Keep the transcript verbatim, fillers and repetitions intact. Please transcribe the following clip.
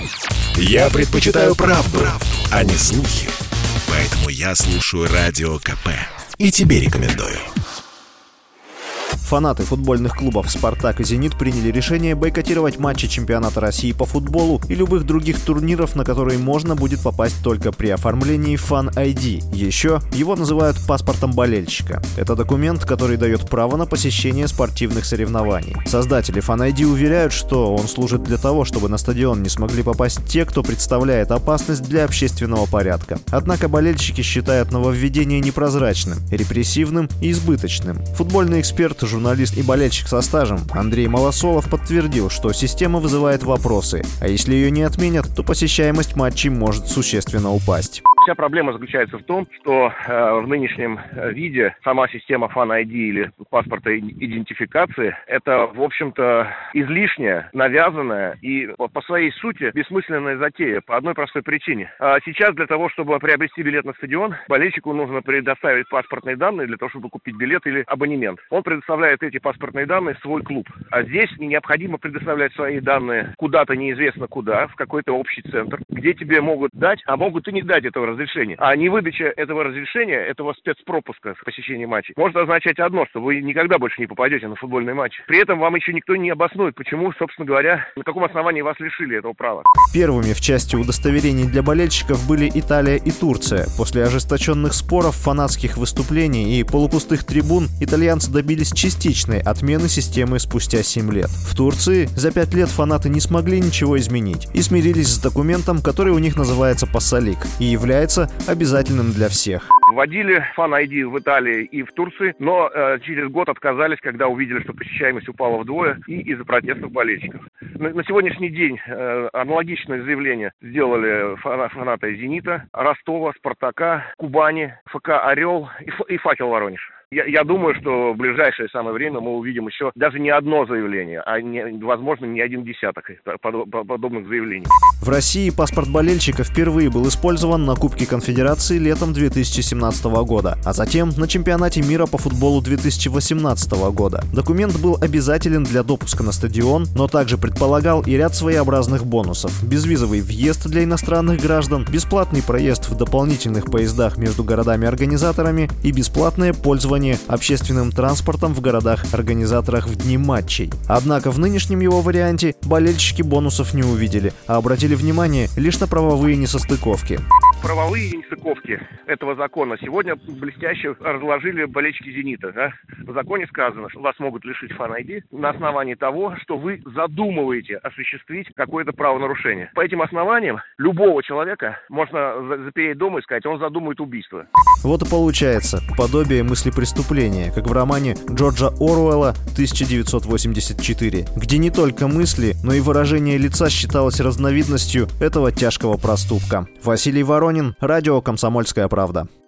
Я предпочитаю правду, правду, а не слухи. Поэтому я слушаю Радио КП. И тебе рекомендую. Фанаты футбольных клубов «Спартак» и «Зенит» приняли решение бойкотировать матчи чемпионата России по футболу и любых других турниров, на которые можно будет попасть только при оформлении Fan ай ди. Еще его называют паспортом болельщика. Это документ, который дает право на посещение спортивных соревнований. Создатели Fan ай ди уверяют, что он служит для того, чтобы на стадион не смогли попасть те, кто представляет опасность для общественного порядка. Однако болельщики считают нововведение непрозрачным, репрессивным и избыточным. Футбольный эксперт, журналист и болельщик со стажем Андрей Малосолов подтвердил, что система вызывает вопросы, а если ее не отменят, то посещаемость матчей может существенно упасть. Вся проблема заключается в том, что э, в нынешнем виде сама система Fan ай ди или паспорта идентификации – это, в общем-то, излишняя, навязанная и по своей сути бессмысленная затея по одной простой причине. А сейчас для того, чтобы приобрести билет на стадион, болельщику нужно предоставить паспортные данные для того, чтобы купить билет или абонемент. Он предоставляет эти паспортные данные в свой клуб. А здесь необходимо предоставлять свои данные куда-то неизвестно куда, в какой-то общий центр, где тебе могут дать, а могут и не дать этого разрешения. А невыдача этого разрешения, этого спецпропуска с посещением матчей, может означать одно, что вы никогда больше не попадете на футбольный матч. При этом вам еще никто не обоснует, почему, собственно говоря, на каком основании вас лишили этого права. Первыми в части удостоверений для болельщиков были Италия и Турция. После ожесточенных споров, фанатских выступлений и полупустых трибун итальянцы добились частичной отмены системы спустя семь лет. В Турции за пять лет фанаты не смогли ничего изменить и смирились с документом, который у них называется «Пассалик» и является обязательным для всех. Вводили Fan ай ди в Италии и в Турции, но э, через год отказались, когда увидели, что посещаемость упала вдвое, и из-за протестов болельщиков. На, на сегодняшний день э, аналогичное заявление сделали фана, фанаты «Зенита», Ростова, «Спартака», Кубани, ФК «Орел» и, и «Факел Воронеж». Я, я думаю, что в ближайшее самое время мы увидим еще даже не одно заявление, а, не, возможно, не один десяток подобных заявлений. В России паспорт болельщика впервые был использован на Кубке Конфедерации летом две тысячи семнадцатого года, а затем на Чемпионате мира по футболу две тысячи восемнадцатого года. Документ был обязателен для допуска на стадион, но также предполагал и ряд своеобразных бонусов: безвизовый въезд для иностранных граждан, бесплатный проезд в дополнительных поездах между городами-организаторами и бесплатное пользование общественным транспортом в городах-организаторах в дни матчей. Однако в нынешнем его варианте болельщики бонусов не увидели, а обратили внимание лишь на правовые несостыковки. Правовые несостыковки этого закона сегодня блестяще разложили болельщики «Зенита». Да? В законе сказано, что вас могут лишить Fan ай ди на основании того, что вы задумываете осуществить какое-то правонарушение. По этим основаниям любого человека можно запереть дома и сказать, он задумает убийство. Вот и получается подобие мыслепреступления, как в романе Джорджа Оруэлла тысяча девятьсот восемьдесят четыре, где не только мысли, но и выражение лица считалось разновидностью этого тяжкого проступка. Василий Воронин, радио «Комсомольская правда».